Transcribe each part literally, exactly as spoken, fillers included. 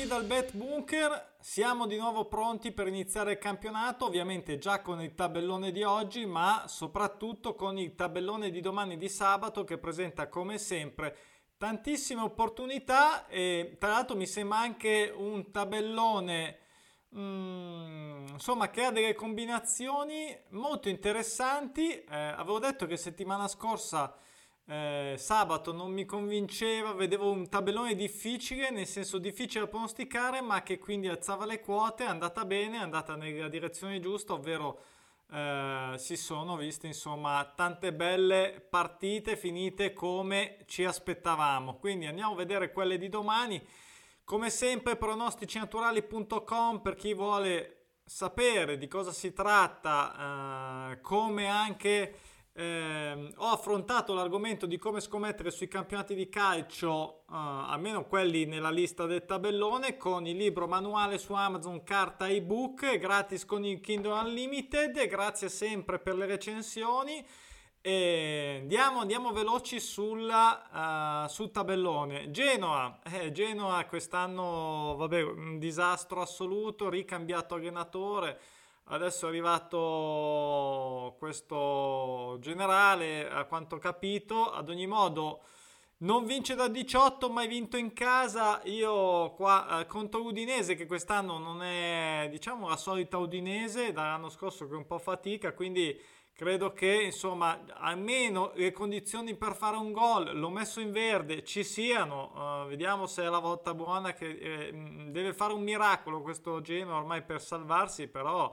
dal Bet Bunker, siamo di nuovo pronti per iniziare il campionato, ovviamente già con il tabellone di oggi, ma soprattutto con il tabellone di domani di sabato che presenta come sempre tantissime opportunità e tra l'altro mi sembra anche un tabellone mm, insomma che ha delle combinazioni molto interessanti. Eh, avevo detto che settimana scorsa eh, sabato non mi convinceva, vedevo un tabellone difficile, nel senso difficile da pronosticare, ma che quindi alzava le quote, è andata bene, è andata nella direzione giusta, ovvero eh, si sono viste insomma tante belle partite finite come ci aspettavamo. Quindi andiamo a vedere quelle di domani. Come sempre pronosticinaturali punto com per chi vuole sapere di cosa si tratta, eh, come anche eh, ho affrontato l'argomento di come scommettere sui campionati di calcio, eh, almeno quelli nella lista del tabellone, con il libro manuale su Amazon, carta ebook, gratis con il Kindle Unlimited, e grazie sempre per le recensioni. E andiamo, andiamo veloci sulla, uh, sul tabellone. Genoa, eh, Genoa quest'anno, vabbè, un disastro assoluto, ricambiato allenatore. Adesso è arrivato questo generale, a quanto ho capito. Ad ogni modo, non vince da diciotto, mai vinto in casa. Io qua eh, contro l'Udinese, che quest'anno non è, diciamo, la solita Udinese, dall'anno scorso che è un po' fatica, quindi credo che, insomma, almeno le condizioni per fare un gol, l'ho messo in verde, ci siano. Uh, vediamo se è la volta buona, che eh, deve fare un miracolo questo Genoa ormai per salvarsi, però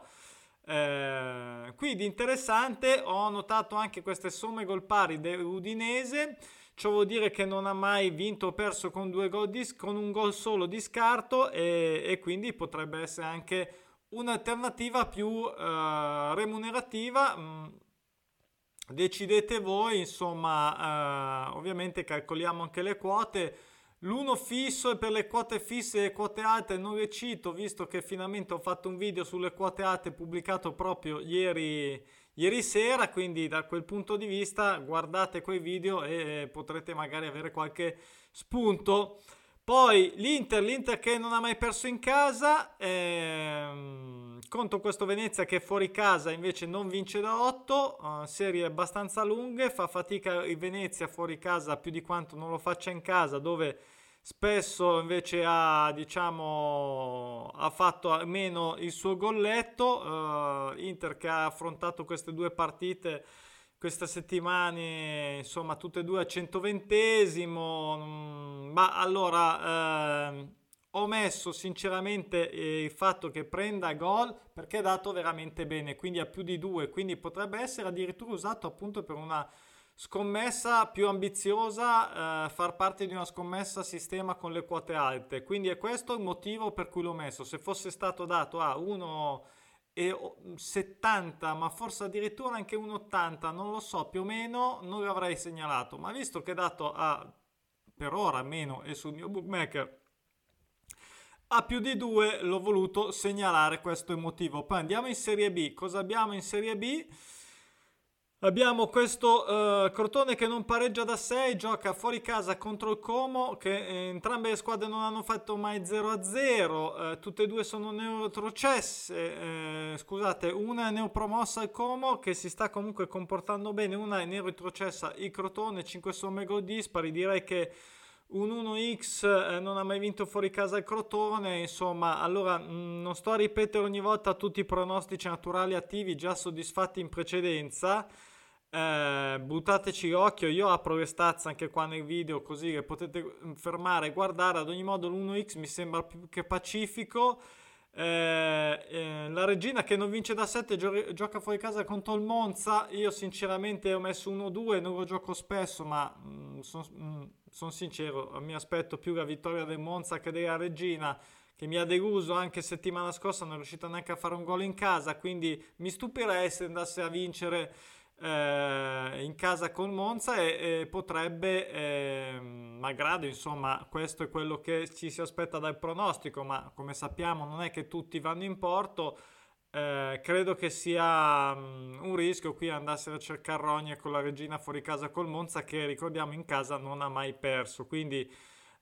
eh, qui di interessante ho notato anche queste somme gol pari dell'Udinese. Ciò vuol dire che non ha mai vinto o perso con, due gol di, con un gol solo di scarto, e, e quindi potrebbe essere anche un'alternativa più uh, remunerativa. Mm, decidete voi, insomma. Uh, ovviamente calcoliamo anche le quote. L'uno fisso, e per le quote fisse e le quote alte non le cito, visto che finalmente ho fatto un video sulle quote alte pubblicato proprio ieri, ieri sera, quindi da quel punto di vista guardate quei video e potrete magari avere qualche spunto. Poi l'Inter, l'Inter che non ha mai perso in casa, ehm, contro questo Venezia che fuori casa invece non vince da otto, eh, serie abbastanza lunghe, fa fatica il Venezia fuori casa più di quanto non lo faccia in casa, dove spesso invece ha, diciamo, ha fatto almeno il suo golletto. eh, Inter che ha affrontato queste due partite queste settimane, insomma, tutte e due al centoventesimo. mm, Ma allora, ehm, ho messo sinceramente eh, il fatto che prenda gol perché è dato veramente bene, quindi a più di due, quindi potrebbe essere addirittura usato appunto per una scommessa più ambiziosa, eh, far parte di una scommessa a sistema con le quote alte. Quindi è questo il motivo per cui l'ho messo. Se fosse stato dato a uno e settanta, ma forse addirittura anche un ottanta, non lo so, più o meno non l'avrei segnalato, ma visto che è dato a, per ora almeno, e sul mio bookmaker a più di due, l'ho voluto segnalare, questo è il motivo. Poi andiamo in Serie B. Cosa abbiamo in Serie B? Abbiamo questo uh, Crotone che non pareggia da sei, gioca fuori casa contro il Como, che eh, entrambe le squadre non hanno fatto mai zero a zero, uh, tutte e due sono neoretrocesse, eh, scusate, una è neopromossa il Como che si sta comunque comportando bene, una è neoretrocessa il Crotone, cinque somme gol dispari, direi che un uno x eh, non ha mai vinto fuori casa il Crotone, insomma. Allora mh, non sto a ripetere ogni volta tutti i pronostici naturali attivi già soddisfatti in precedenza. Eh, buttateci l'occhio, io apro le stats anche qua nel video così che potete fermare e guardare. Ad ogni modo l'uno x mi sembra più che pacifico. Eh, eh, la Regina che non vince da sette gio- gioca fuori casa contro il Monza. Io sinceramente ho messo uno due, non lo gioco spesso, ma sono son sincero, mi aspetto più la vittoria del Monza che della Regina, che mi ha deluso anche settimana scorsa, non è riuscita neanche a fare un gol in casa, quindi mi stupirei se andasse a vincere eh, in casa con Monza, e, e potrebbe, eh, malgrado insomma questo è quello che ci si aspetta dal pronostico, ma come sappiamo non è che tutti vanno in porto. Eh, credo che sia um, un rischio qui andassero a cercare rogne con la Regina fuori casa col Monza, che ricordiamo in casa non ha mai perso, quindi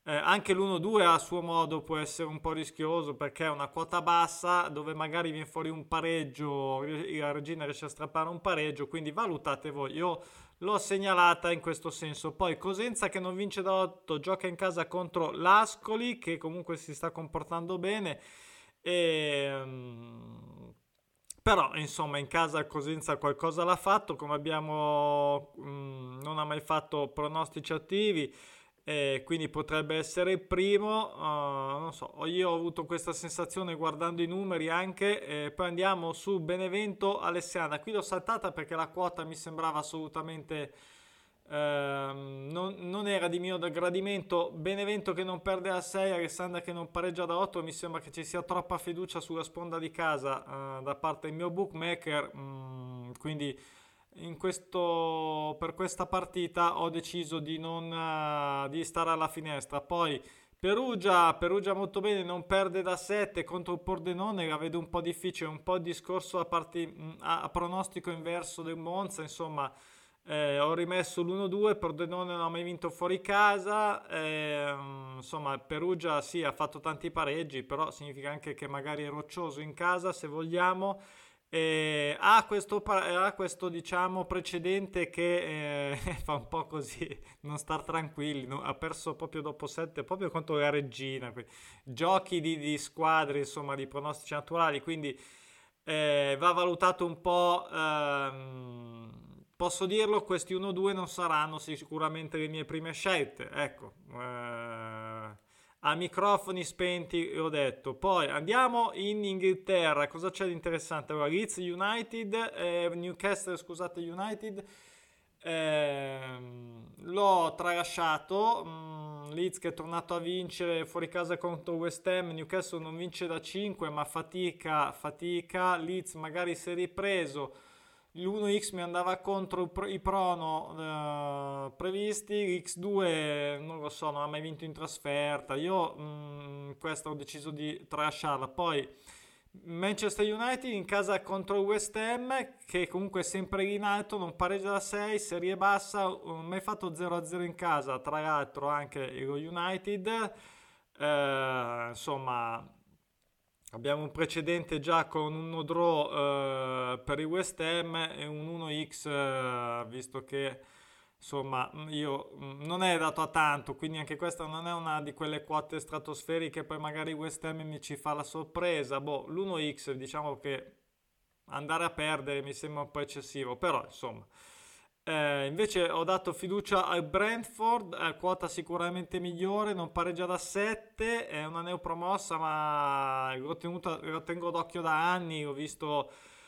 Eh, anche l'uno due a suo modo può essere un po' rischioso perché è una quota bassa dove magari viene fuori un pareggio, la Regina riesce a strappare un pareggio, quindi valutate voi. Io l'ho segnalata in questo senso. Poi Cosenza che non vince da otto, gioca in casa contro l'Ascoli che comunque si sta comportando bene. E, um, però insomma in casa il Cosenza qualcosa l'ha fatto, come abbiamo um, non ha mai fatto pronostici attivi, e quindi potrebbe essere il primo. Uh, non so, io ho avuto questa sensazione guardando i numeri anche. E poi andiamo su Benevento Alessandria, qui l'ho saltata perché la quota mi sembrava assolutamente ehm, non, non era di mio gradimento. Benevento che non perde a sei, Alessandria che non pareggia da otto, mi sembra che ci sia troppa fiducia sulla sponda di casa uh, da parte del mio bookmaker. Mm, quindi in questo, per questa partita ho deciso di non eh, di stare alla finestra. Poi Perugia, Perugia molto bene, non perde da sette contro il Pordenone, la vedo un po' difficile, un po' il discorso a, parti, a, a pronostico inverso del Monza, insomma. Eh, ho rimesso l'uno due, Pordenone non ha mai vinto fuori casa, eh, insomma Perugia sì ha fatto tanti pareggi, però significa anche che magari è roccioso in casa se vogliamo. Eh, ha questo, pa- ha questo diciamo precedente che eh, fa un po' così, non star tranquilli, no? Ha perso proprio dopo sette, proprio contro la Regina, qui. Giochi di, di squadre, insomma, di pronostici naturali, quindi eh, va valutato un po', ehm, posso dirlo, questi uno due non saranno sicuramente le mie prime scelte, ecco. Eh, a microfoni spenti ho detto. Poi andiamo in Inghilterra, cosa c'è di interessante? Allora, Leeds United, eh, Newcastle scusate United, ehm, l'ho tralasciato. mm, Leeds che è tornato a vincere fuori casa contro West Ham, Newcastle non vince da cinque ma fatica, fatica, Leeds magari si è ripreso. L'uno x mi andava contro i pro- i prono eh, previsti, l'X due non lo so, non ha mai vinto in trasferta. Io mh, questa ho deciso di tralasciarla. Poi Manchester United in casa contro il West Ham, che comunque è sempre lì in alto, non pareggia da sei, serie bassa, non ha mai fatto zero a zero in casa, tra l'altro anche lo United. Eh, insomma, abbiamo un precedente già con un no draw eh, per il West Ham e un uno x, eh, visto che insomma io mm, non è dato a tanto, quindi anche questa non è una di quelle quote stratosferiche, poi magari West Ham mi ci fa la sorpresa. Boh, l'uno x diciamo che andare a perdere mi sembra un po' eccessivo, però insomma. Eh, invece ho dato fiducia al Brentford, eh, quota sicuramente migliore, non pareggia da sette, è una neopromossa ma l'ho, tenuta, lo tengo d'occhio da anni, ho visto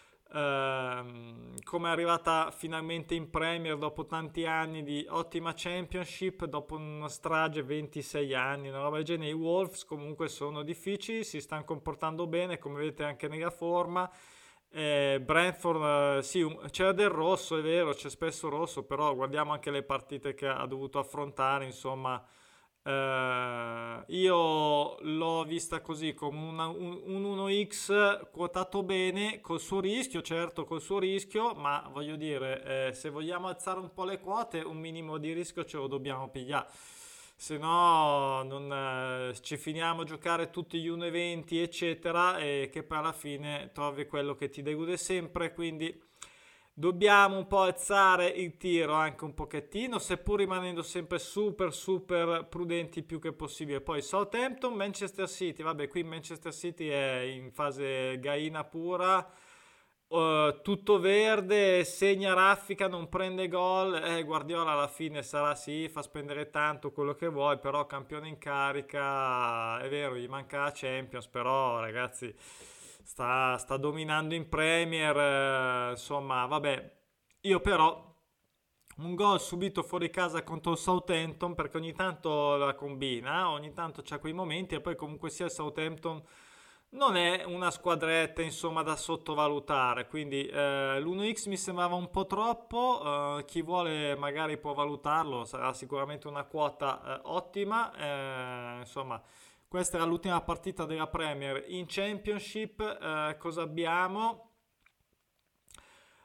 ehm, come è arrivata finalmente in Premier dopo tanti anni di ottima Championship, dopo una strage ventisei anni, una roba del genere. I Wolves comunque sono difficili, si stanno comportando bene, come vedete anche nella forma. Eh, Brentford, eh, sì, un- c'era del rosso, è vero, c'è spesso rosso, però guardiamo anche le partite che ha dovuto affrontare, insomma, eh, io l'ho vista così come una- un, un uno x quotato bene, col suo rischio, certo, col suo rischio, ma voglio dire, eh, se vogliamo alzare un po' le quote, un minimo di rischio ce lo dobbiamo pigliare. Se no non, eh, ci finiamo a giocare tutti gli uno venti eccetera e che poi alla fine trovi quello che ti delude sempre, quindi dobbiamo un po' alzare il tiro anche un pochettino, seppur rimanendo sempre super super prudenti più che possibile. Poi Southampton, Manchester City, vabbè qui Manchester City è in fase gaina pura. Uh, tutto verde, segna raffica, non prende gol. Eh, Guardiola alla fine sarà sì, fa spendere tanto quello che vuoi, però campione in carica, è vero, gli manca la Champions, però ragazzi sta, sta dominando in Premier, eh, insomma, vabbè. Io però un gol subito fuori casa contro il Southampton perché ogni tanto la combina, ogni tanto c'ha quei momenti e poi comunque sia il Southampton non è una squadretta insomma da sottovalutare, quindi eh, l'uno x mi sembrava un po' troppo, eh, chi vuole magari può valutarlo, sarà sicuramente una quota eh, ottima, eh, insomma questa era l'ultima partita della Premier in Championship, eh, cosa abbiamo?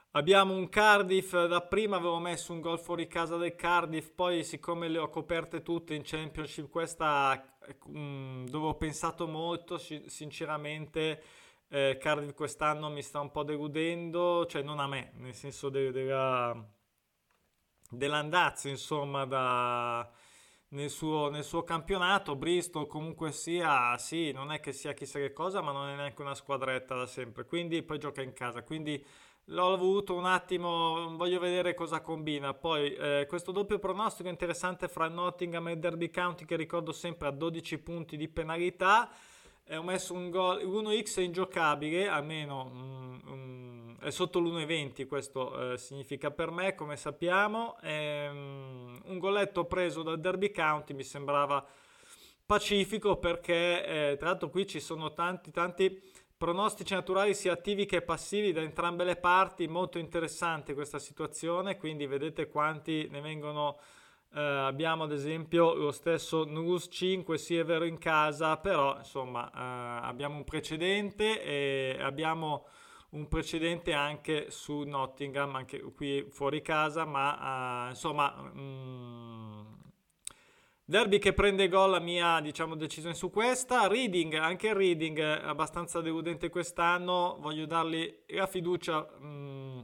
Abbiamo un Cardiff, da prima avevo messo un gol fuori casa del Cardiff, poi siccome le ho coperte tutte in Championship, questa mm, dove ho pensato molto, si- sinceramente eh, Cardiff quest'anno mi sta un po' deludendo, cioè non a me, nel senso de- della, dell'andazzo insomma da, nel suo, nel suo campionato. Bristol comunque sia, sì, non è che sia chissà che cosa, ma non è neanche una squadretta da sempre, quindi poi gioca in casa, quindi l'ho avuto un attimo, voglio vedere cosa combina. Poi eh, questo doppio pronostico interessante fra Nottingham e Derby County, che ricordo sempre a dodici punti di penalità. E ho messo un gol, uno x è ingiocabile, almeno mm, mm, è sotto l'uno virgola venti, questo eh, significa per me, come sappiamo. Ehm, un golletto preso dal Derby County mi sembrava pacifico, perché eh, tra l'altro qui ci sono tanti tanti pronostici naturali sia attivi che passivi da entrambe le parti, molto interessante questa situazione, quindi vedete quanti ne vengono. Eh, abbiamo ad esempio lo stesso Nus cinque, sì è vero in casa, però insomma eh, abbiamo un precedente e abbiamo un precedente anche su Nottingham, anche qui fuori casa, ma eh, insomma mm, Derby che prende gol, la mia diciamo decisione su questa. Reading, anche il Reading è abbastanza deludente quest'anno, voglio dargli la fiducia mm,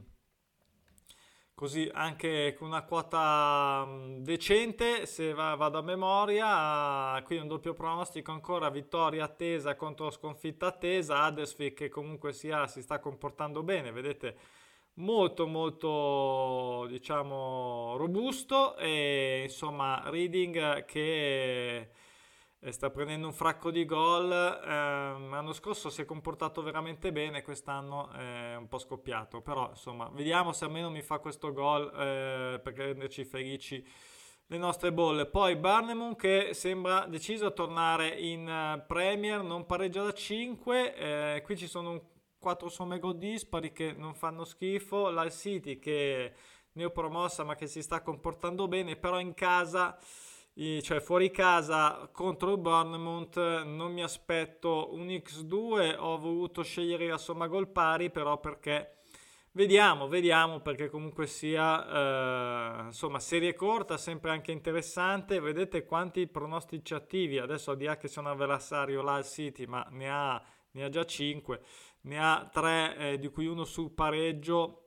così anche con una quota mm, decente, se va- vado a memoria. Qui un doppio pronostico ancora, vittoria attesa contro sconfitta attesa. Huddersfield che comunque sia, si sta comportando bene, vedete, molto molto diciamo robusto, e insomma Reading che eh, sta prendendo un fracco di gol. Ehm, l'anno scorso si è comportato veramente bene, quest'anno è un po' scoppiato, però insomma vediamo se almeno mi fa questo gol eh, per renderci felici le nostre bolle. Poi Barnemouth che sembra deciso a tornare in eh, Premier, non pareggia da cinque. Eh, qui ci sono un quattro somme gol dispari che non fanno schifo. La City che neopromossa ma che si sta comportando bene, però in casa, i- cioè fuori casa contro il Bournemouth, non mi aspetto un x due. Ho voluto scegliere la somma gol pari, però perché vediamo, vediamo, perché comunque sia, eh, insomma, serie corta, sempre anche interessante. Vedete quanti pronostici attivi. Adesso, al di là che sia un avversario là al City, ma ne ha, ne ha già cinque, ne ha tre, di cui uno sul pareggio,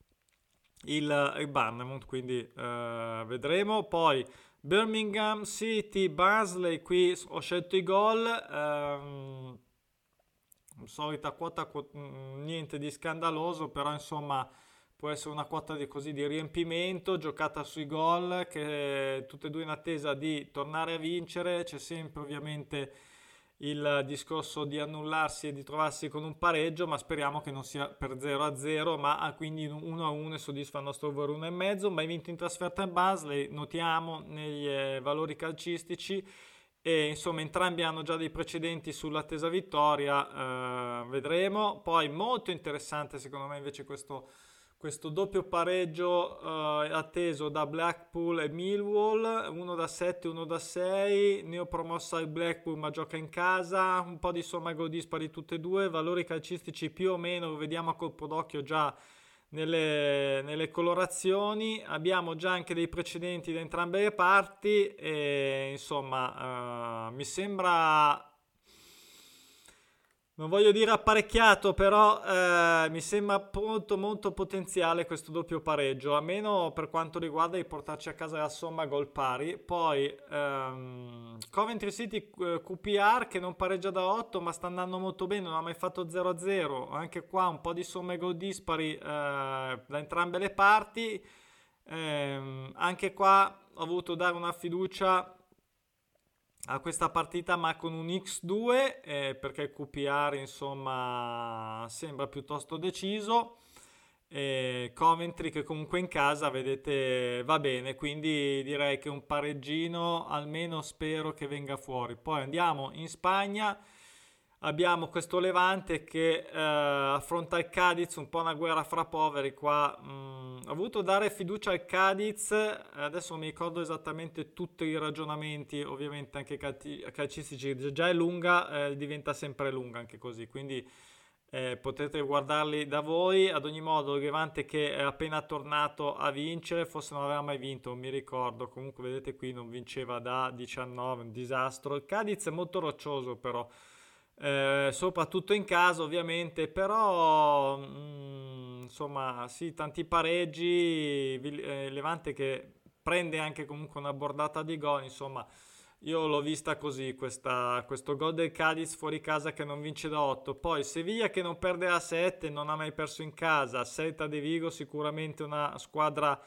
il, il Bournemouth, quindi eh, vedremo. Poi Birmingham City, Barnsley, qui ho scelto i gol. ehm, Solita quota, quo- mm, niente di scandaloso, però insomma può essere una quota di, così, di riempimento, giocata sui gol, che tutte e due in attesa di tornare a vincere. C'è sempre ovviamente il discorso di annullarsi e di trovarsi con un pareggio, ma speriamo che non sia per zero a zero, ma ah, quindi uno a uno, e soddisfa il nostro over uno virgola cinque. Mai vinto in trasferta in Barnsley, notiamo negli eh, valori calcistici. E insomma entrambi hanno già dei precedenti sull'attesa vittoria, eh, vedremo. Poi molto interessante secondo me invece questo, questo doppio pareggio eh, atteso da Blackpool e Millwall, uno da sette, uno da sei. Neopromossa il Blackpool ma gioca in casa, un po' di somma gol dispari tutte e due, valori calcistici più o meno, vediamo a colpo d'occhio già nelle, nelle colorazioni. Abbiamo già anche dei precedenti da entrambe le parti e insomma eh, mi sembra, non voglio dire apparecchiato, però eh, mi sembra molto molto potenziale questo doppio pareggio, almeno per quanto riguarda il portarci a casa la somma gol pari. Poi ehm, Coventry City eh, Q P R che non pareggia da otto ma sta andando molto bene, non ha mai fatto zero a zero, anche qua un po' di somme gol dispari eh, da entrambe le parti. Ehm, anche qua ho voluto dare una fiducia a questa partita ma con un x due, eh, perché il Q P R insomma sembra piuttosto deciso. E Coventry che comunque in casa vedete va bene, quindi direi che un pareggino almeno spero che venga fuori. Poi andiamo in Spagna. Abbiamo questo Levante che eh, affronta il Cadiz, un po' una guerra fra poveri qua. Mm, ho voluto dare fiducia al Cadiz, adesso non mi ricordo esattamente tutti i ragionamenti, ovviamente anche calci- calcistici, già è lunga, eh, diventa sempre lunga anche così, quindi Eh, potete guardarli da voi. Ad ogni modo, il Levante che è appena tornato a vincere, forse non aveva mai vinto, non mi ricordo. Comunque, vedete qui, non vinceva da diciannove, un disastro. Il Cadiz è molto roccioso, però, eh, soprattutto in casa, ovviamente. Però, mm, insomma, sì, tanti pareggi. Vil- eh, Levante che prende anche comunque una bordata di gol, insomma. Io l'ho vista così, questa- questo gol del Cadiz fuori casa che non vince da otto. Poi Sevilla che non perde a sette, non ha mai perso in casa. Celta de Vigo sicuramente una squadra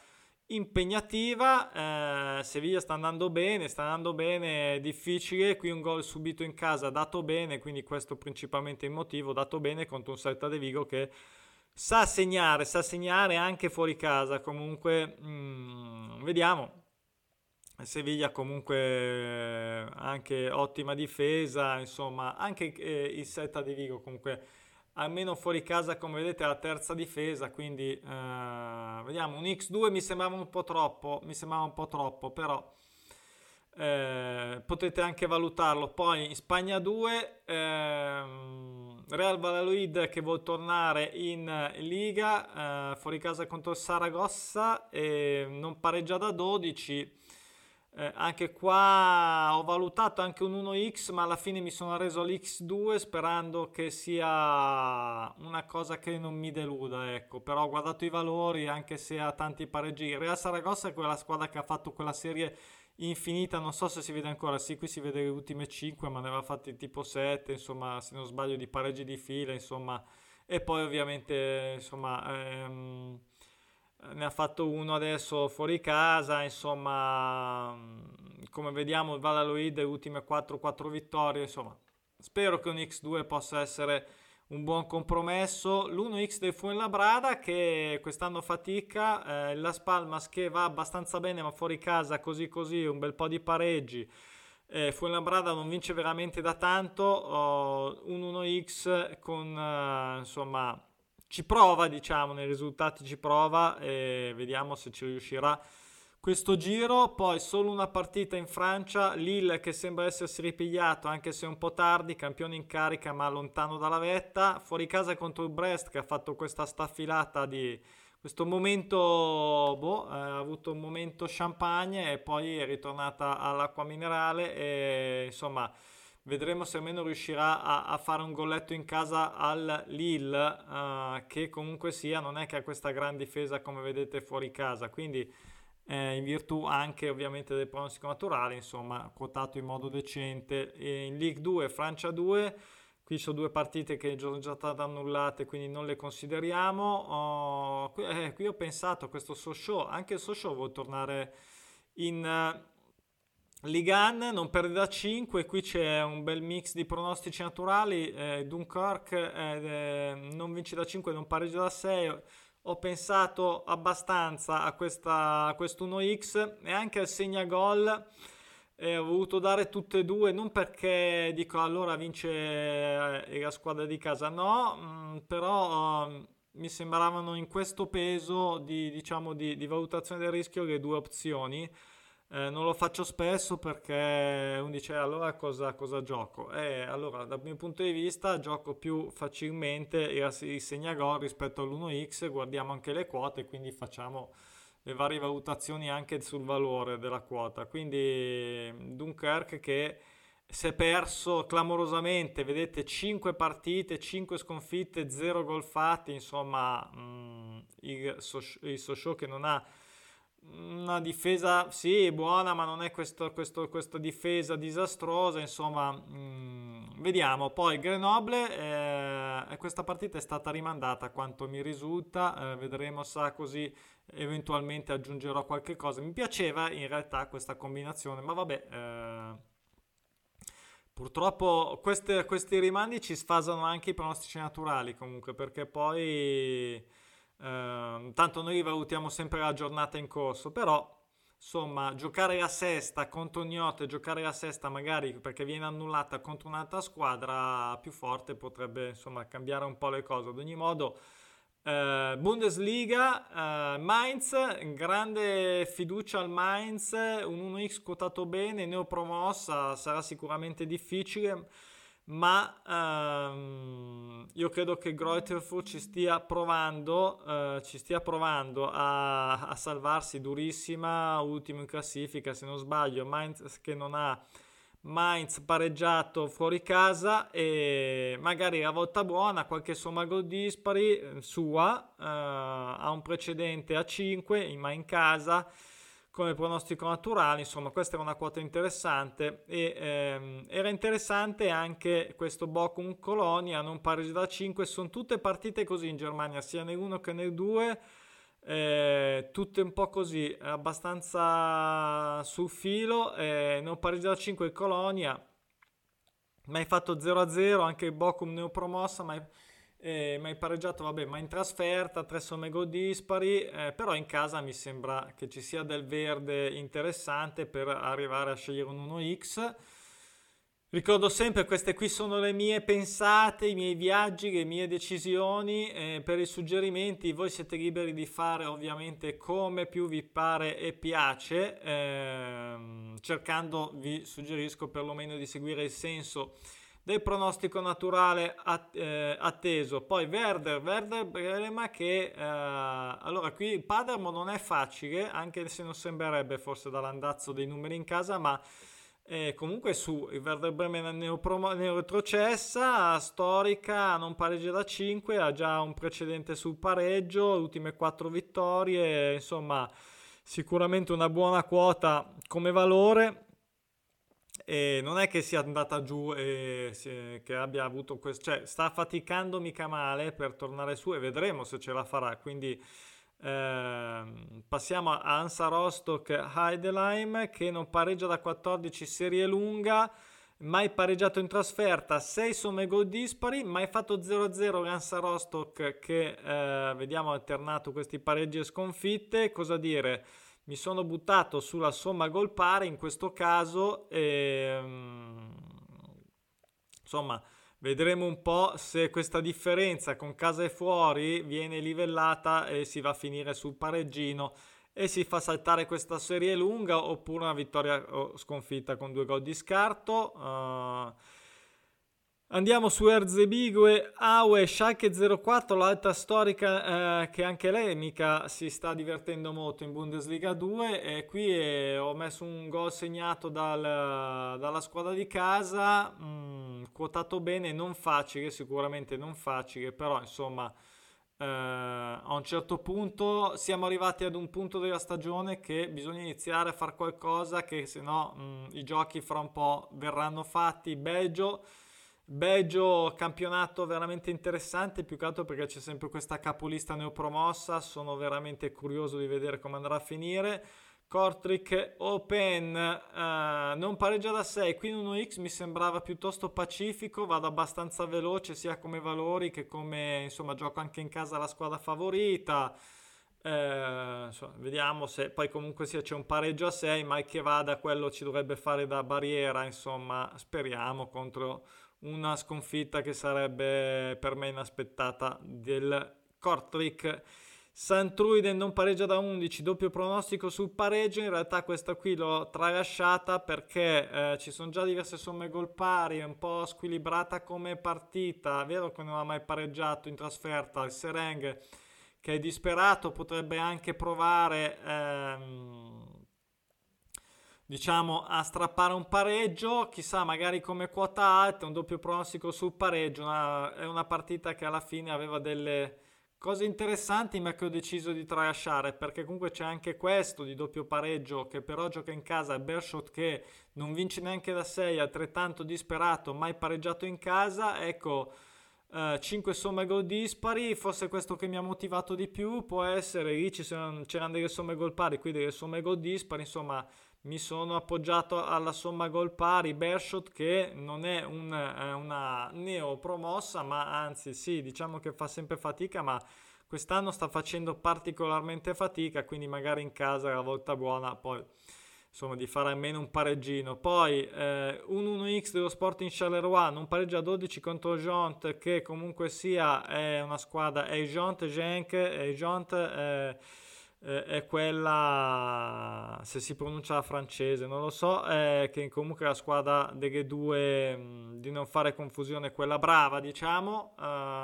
impegnativa. Eh, Sevilla sta andando bene, sta andando bene, è difficile. Qui un gol subito in casa, dato bene, quindi questo principalmente il motivo, dato bene contro un Celta de Vigo che sa segnare, sa segnare anche fuori casa. Comunque, mm, vediamo. Seviglia comunque eh, anche ottima difesa, insomma, anche eh, il Celta di Vigo comunque almeno fuori casa come vedete è la terza difesa, quindi eh, vediamo, un X due mi sembrava un po' troppo, mi sembrava un po' troppo, però eh, potete anche valutarlo. Poi in Spagna due, ehm, Real Valladolid che vuol tornare in Liga, eh, fuori casa contro il Saragossa e non pareggia da dodici. Eh, anche qua ho valutato anche un uno x, ma alla fine mi sono reso all'X due sperando che sia una cosa che non mi deluda, ecco. Però ho guardato i valori, anche se ha tanti pareggi. Il Real Saragossa è quella squadra che ha fatto quella serie infinita, non so se si vede ancora, sì, qui si vede le ultime cinque, ma ne aveva fatti tipo sette, insomma, se non sbaglio di pareggi di fila, insomma. E poi ovviamente, insomma, ehm, ne ha fatto uno adesso fuori casa, insomma, mh, come vediamo il Valladolid le ultime quattro, quattro vittorie, insomma, spero che un X due possa essere un buon compromesso. L'uno x del Fuenlabrada che quest'anno fatica, eh, Las Palmas che va abbastanza bene ma fuori casa così così, un bel po' di pareggi. Eh, Fuenlabrada non vince veramente da tanto, oh, un uno x con eh, insomma ci prova, diciamo, nei risultati ci prova e vediamo se ci riuscirà questo giro. Poi solo una partita in Francia, Lille che sembra essersi ripigliato anche se un po' tardi, campione in carica ma lontano dalla vetta, fuori casa contro il Brest che ha fatto questa staffilata di questo momento, boh, eh, ha avuto un momento champagne e poi è ritornata all'acqua minerale e insomma vedremo se almeno riuscirà a, a fare un golletto in casa al Lille, eh, che comunque sia, non è che ha questa gran difesa come vedete fuori casa, quindi eh, in virtù anche ovviamente del pronostico naturale, insomma, quotato in modo decente. E in Ligue due, Francia due, qui sono due partite che sono già state annullate, quindi non le consideriamo. Oh, qui, eh, qui ho pensato a questo Sochaux, anche il Sochaux vuol tornare in eh, Ligue uno, non perde da cinque, qui c'è un bel mix di pronostici naturali, eh, Dunkirk eh, eh, non vince da cinque, non pareggia da sei, ho pensato abbastanza a, questa, a questo uno x e anche al segnagol, eh, ho voluto dare tutte e due, non perché dico allora vince eh, la squadra di casa, no, mh, però eh, mi sembravano in questo peso di, diciamo, di, di valutazione del rischio le due opzioni. Eh, non lo faccio spesso perché uno dice allora cosa, cosa gioco? E allora dal mio punto di vista gioco più facilmente il, il segnagol rispetto all'uno x, guardiamo anche le quote, quindi facciamo le varie valutazioni anche sul valore della quota. Quindi Dunkirk che si è perso clamorosamente, vedete cinque partite, cinque sconfitte, zero gol fatti, insomma mh, il, il Sochaux che non ha una difesa, sì, buona, ma non è questo, questo- questa difesa disastrosa. Insomma, mm, vediamo. Poi Grenoble, eh, questa partita è stata rimandata, a quanto mi risulta. Eh, vedremo, sa così eventualmente aggiungerò qualche cosa. Mi piaceva in realtà questa combinazione, ma vabbè. eh, Purtroppo queste- questi rimandi ci sfasano anche i pronostici naturali comunque perché poi ehm, tanto noi valutiamo sempre la giornata in corso, però insomma giocare la sesta contro Ognoto e giocare la sesta magari perché viene annullata contro un'altra squadra più forte potrebbe insomma cambiare un po' le cose. Ad ogni modo eh, Bundesliga, eh, Mainz, grande fiducia al Mainz, un uno x quotato bene, neopromossa, sarà sicuramente difficile, ma ehm, io credo che Greuther Fürth ci stia provando, eh, ci stia provando a, a salvarsi, durissima, ultimo in classifica se non sbaglio, Mainz che non ha Mainz pareggiato fuori casa, e magari la volta buona qualche somma gol dispari eh, sua, eh, ha un precedente a cinque ma in casa come pronostico naturale. Insomma, questa era una quota interessante, e ehm, era interessante anche questo Bochum Colonia, non pareggio da cinque. Sono tutte partite così in Germania, sia nell'uno che nel due, eh, tutte un po' così, abbastanza sul filo. Eh, non pareggio da cinque il Colonia, ma hai fatto zero a zero, anche il Bochum neopromossa, ma hai eh, ma hai pareggiato, vabbè, ma in trasferta, tre somme gol dispari, eh, però in casa mi sembra che ci sia del verde interessante per arrivare a scegliere un uno x. Ricordo sempre, queste qui sono le mie pensate, i miei viaggi, le mie decisioni. Eh, per i suggerimenti voi siete liberi di fare ovviamente come più vi pare e piace, ehm, cercando, vi suggerisco perlomeno di seguire il senso del pronostico naturale att- eh, atteso. Poi Werder, Werder Brema che eh, allora qui il Padermo non è facile, anche se non sembrerebbe forse dall'andazzo dei numeri in casa, ma eh, comunque su il Werder Bremen è neopromo- neoretrocessa, storica, non pareggia da cinque, ha già un precedente sul pareggio, le ultime quattro vittorie, insomma sicuramente una buona quota come valore. E non è che sia andata giù e si- che abbia avuto questo, cioè sta faticando mica male per tornare su, e vedremo se ce la farà. Quindi ehm, passiamo a Hansa Rostock Heidenheim, che non pareggia da quattordici, serie lunga, mai pareggiato in trasferta, sei somme gol dispari, mai fatto zero a zero Hansa Rostock, che eh, vediamo ha alternato questi pareggi e sconfitte. Cosa dire? Mi sono buttato sulla somma gol pari in questo caso, e insomma vedremo un po' se questa differenza con casa e fuori viene livellata e si va a finire sul pareggino e si fa saltare questa serie lunga, oppure una vittoria o sconfitta con due gol di scarto. Uh, Andiamo su Erzgebirge Aue Schalke zero quattro, l'altra storica, eh, che anche lei mica si sta divertendo molto in Bundesliga due, e qui eh, ho messo un gol segnato dal, dalla squadra di casa, mh, quotato bene, non facile, sicuramente non facile, però insomma eh, a un certo punto siamo arrivati ad un punto della stagione che bisogna iniziare a fare qualcosa, che se no mh, i giochi fra un po' verranno fatti. Belgio Belgio, campionato veramente interessante, più che altro perché c'è sempre questa capolista neopromossa, sono veramente curioso di vedere come andrà a finire. Kortrijk Open, eh, non pareggia da sei, qui in uno x mi sembrava piuttosto pacifico, vado abbastanza veloce sia come valori che come, insomma, gioco anche in casa la squadra favorita. Eh, insomma, vediamo se poi comunque sia c'è un pareggio a sei, ma che vada, quello ci dovrebbe fare da barriera, insomma, speriamo, contro una sconfitta che sarebbe per me inaspettata del Kortrijk. Santruiden non pareggia da undici, doppio pronostico sul pareggio. In realtà questa qui l'ho tralasciata perché eh, ci sono già diverse somme gol pari, è un po' squilibrata come partita. È vero che non ha mai pareggiato in trasferta il Sereng, che è disperato, potrebbe anche provare ehm, diciamo a strappare un pareggio, chissà, magari come quota alta, un doppio pronostico sul pareggio. Una, è una partita che alla fine aveva delle cose interessanti, ma che ho deciso di tralasciare, perché comunque c'è anche questo di doppio pareggio, che però gioca in casa, Bershot che non vince neanche da sei, altrettanto disperato, mai pareggiato in casa. Ecco, Uh, cinque somme gol dispari, forse questo che mi ha motivato di più, può essere. Lì ci sono, c'erano delle somme gol pari, qui delle somme gol dispari, insomma mi sono appoggiato alla somma gol pari. Bershot che non è un, eh, una neopromossa, ma anzi sì, diciamo che fa sempre fatica, ma quest'anno sta facendo particolarmente fatica, quindi magari in casa è la volta buona poi insomma di fare almeno un pareggino. Poi eh, un uno x dello Sporting Charleroi, non pareggia a dodici contro Jont, che comunque sia è una squadra, è Jont, Genk, è Jont, eh, eh, è quella, se si pronuncia francese, non lo so, è che comunque la squadra delle due, mh, di non fare confusione, quella brava, diciamo.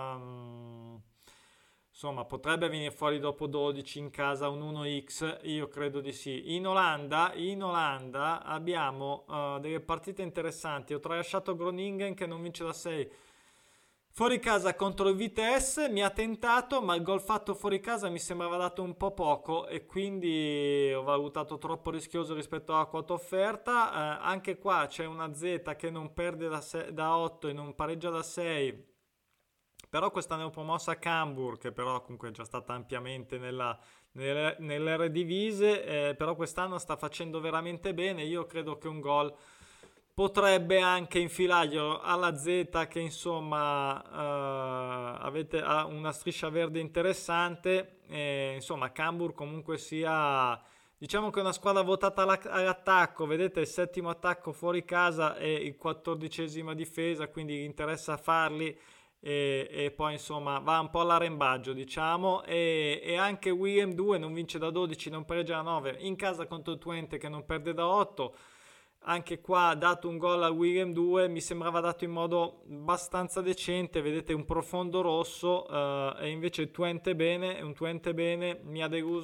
Ehm, insomma, potrebbe venire fuori dopo dodici in casa un uno x, io credo di sì. In Olanda, in Olanda abbiamo eh, delle partite interessanti. Ho tralasciato Groningen che non vince da sei. Fuori casa contro il Vitesse mi ha tentato, ma il gol fatto fuori casa mi sembrava dato un po' poco e quindi ho valutato troppo rischioso rispetto alla quota offerta. Eh, anche qua c'è una Z che non perde da, se- da otto e non pareggia da sei, però questa neopromossa Cambur, che però comunque è già stata ampiamente nella, nelle, nell'Eredivisie, eh, però quest'anno sta facendo veramente bene. Io credo che un gol potrebbe anche infilarglielo alla Z, che insomma eh, avete, ha una striscia verde interessante. E, insomma, Cambur comunque sia, diciamo che è una squadra votata alla- all'attacco. Vedete il settimo attacco fuori casa e il quattordicesima difesa, quindi interessa farli. E, e poi insomma va un po' all'arrembaggio, diciamo. E, e anche William due non vince da dodici, non pareggia da nove in casa contro il Twente che non perde da otto. Anche qua ha dato un gol a William due, mi sembrava dato in modo abbastanza decente, vedete un profondo rosso, eh, e invece il Twente bene, un Twente bene mi ha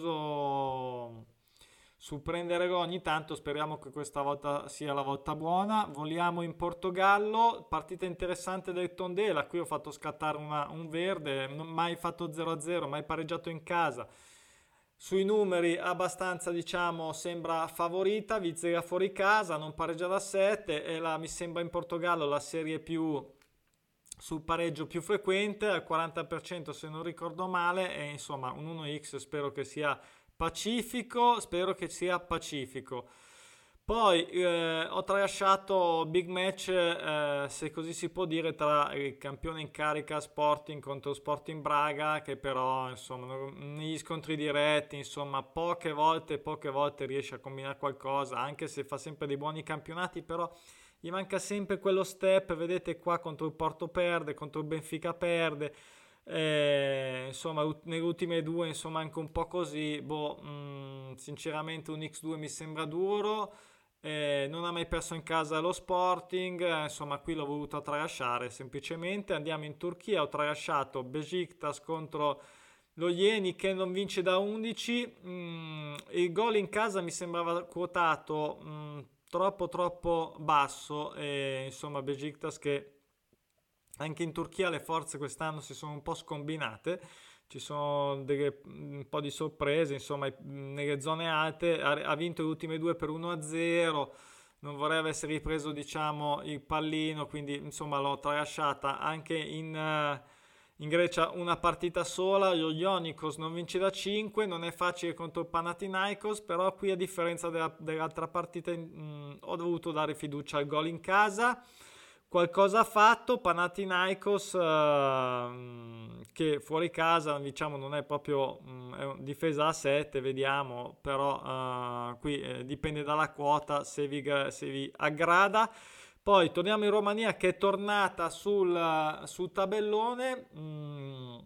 deluso su prendere gol ogni tanto. Speriamo che questa volta sia la volta buona. Voliamo in Portogallo, partita interessante del Tondela, qui ho fatto scattare una- un verde, non mai fatto zero a zero, mai pareggiato in casa. Sui numeri abbastanza, diciamo, sembra favorita, Vizela fuori casa, non pareggia da sette, e la, mi sembra in Portogallo la serie più sul pareggio più frequente, al quaranta per cento se non ricordo male, e insomma un uno x spero che sia pacifico, spero che sia pacifico. Poi eh, ho tralasciato big match, eh, se così si può dire, tra il campione in carica Sporting contro Sporting Braga, che però insomma non- negli scontri diretti, insomma, poche volte, poche volte riesce a combinare qualcosa, anche se fa sempre dei buoni campionati, però gli manca sempre quello step. Vedete qua contro il Porto perde, contro il Benfica perde. Eh, insomma, ut- nelle ultime due, insomma, anche un po' così. Boh, mm, sinceramente un x due mi sembra duro. Eh, non ha mai perso in casa lo Sporting, eh, insomma qui l'ho voluto tralasciare semplicemente. Andiamo in Turchia, ho tralasciato Besiktas contro lo Ieni che non vince da undici. Mm, il gol in casa mi sembrava quotato mm, troppo troppo basso, e insomma Besiktas che anche in Turchia le forze quest'anno si sono un po' scombinate, ci sono delle, un po' di sorprese, insomma, nelle zone alte. Ha, ha vinto le ultime due per uno a zero, non vorrei avesse ripreso, diciamo, il pallino, quindi insomma l'ho tralasciata. Anche in, eh, in Grecia una partita sola, lo Ionikos non vince da cinque, non è facile contro il Panathinaikos, però qui a differenza della- dell'altra partita mh, ho dovuto dare fiducia al gol in casa. Qualcosa ha fatto Panathinaikos, ehm, che fuori casa, diciamo, non è proprio mm, è un- difesa a sette, vediamo, però eh, qui eh, dipende dalla quota, se vi, gra- se vi aggrada. Poi torniamo in Romania, che è tornata sul, sul tabellone. mm,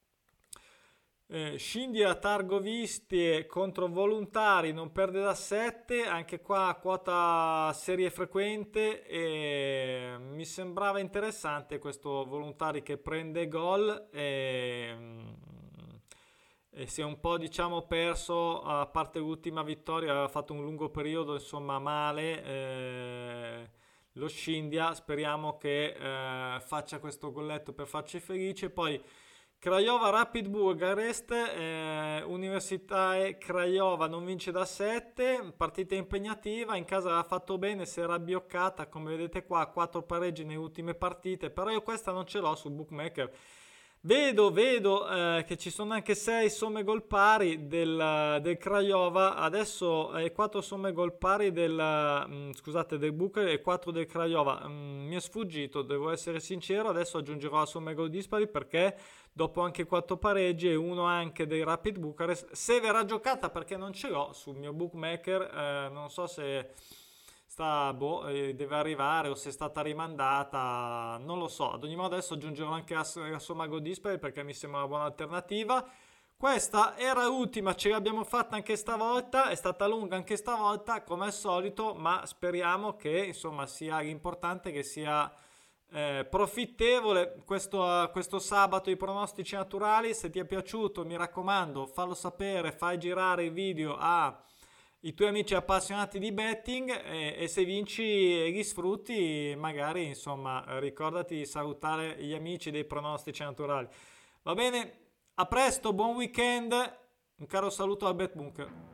eh, Scindia Targovisti contro Volontari, non perde da sette, anche qua quota serie frequente, e mi sembrava interessante questo Volontari che prende gol, e, e si è un po', diciamo, perso, a parte l'ultima vittoria, aveva fatto un lungo periodo insomma male, eh, lo Scindia. Speriamo che eh, faccia questo golletto per farci felice. Poi Craiova Rapid Bucarest, eh, Università e Craiova non vince da sette, partita impegnativa, in casa aveva fatto bene, si era abbioccata, come vedete qua, quattro pareggi nelle ultime partite, però io questa non ce l'ho sul bookmaker. Vedo, vedo eh, che ci sono anche sei somme gol pari del, del Craiova, adesso eh, quattro somme gol pari del, mm, scusate, del Bucarest e quattro del Craiova. Mm, mi è sfuggito, devo essere sincero, adesso aggiungerò la somma gol dispari perché dopo anche quattro pareggi e uno anche dei Rapid Bucarest, se verrà giocata, perché non ce l'ho sul mio bookmaker, eh, non so se sta, boh, eh, deve arrivare o se è stata rimandata, non lo so. Ad ogni modo adesso aggiungerò anche la, la somma gol dispari perché mi sembra una buona alternativa. Questa era l'ultima, ce l'abbiamo fatta anche stavolta, è stata lunga anche stavolta come al solito, ma speriamo che insomma sia l'importante, che sia eh, profittevole questo, questo sabato i pronostici naturali. Se ti è piaciuto, mi raccomando, fallo sapere, fai girare il video ai tuoi amici appassionati di betting, e, e se vinci e li sfrutti, magari insomma ricordati di salutare gli amici dei pronostici naturali. Va bene? A presto, buon weekend, un caro saluto al BetBunker.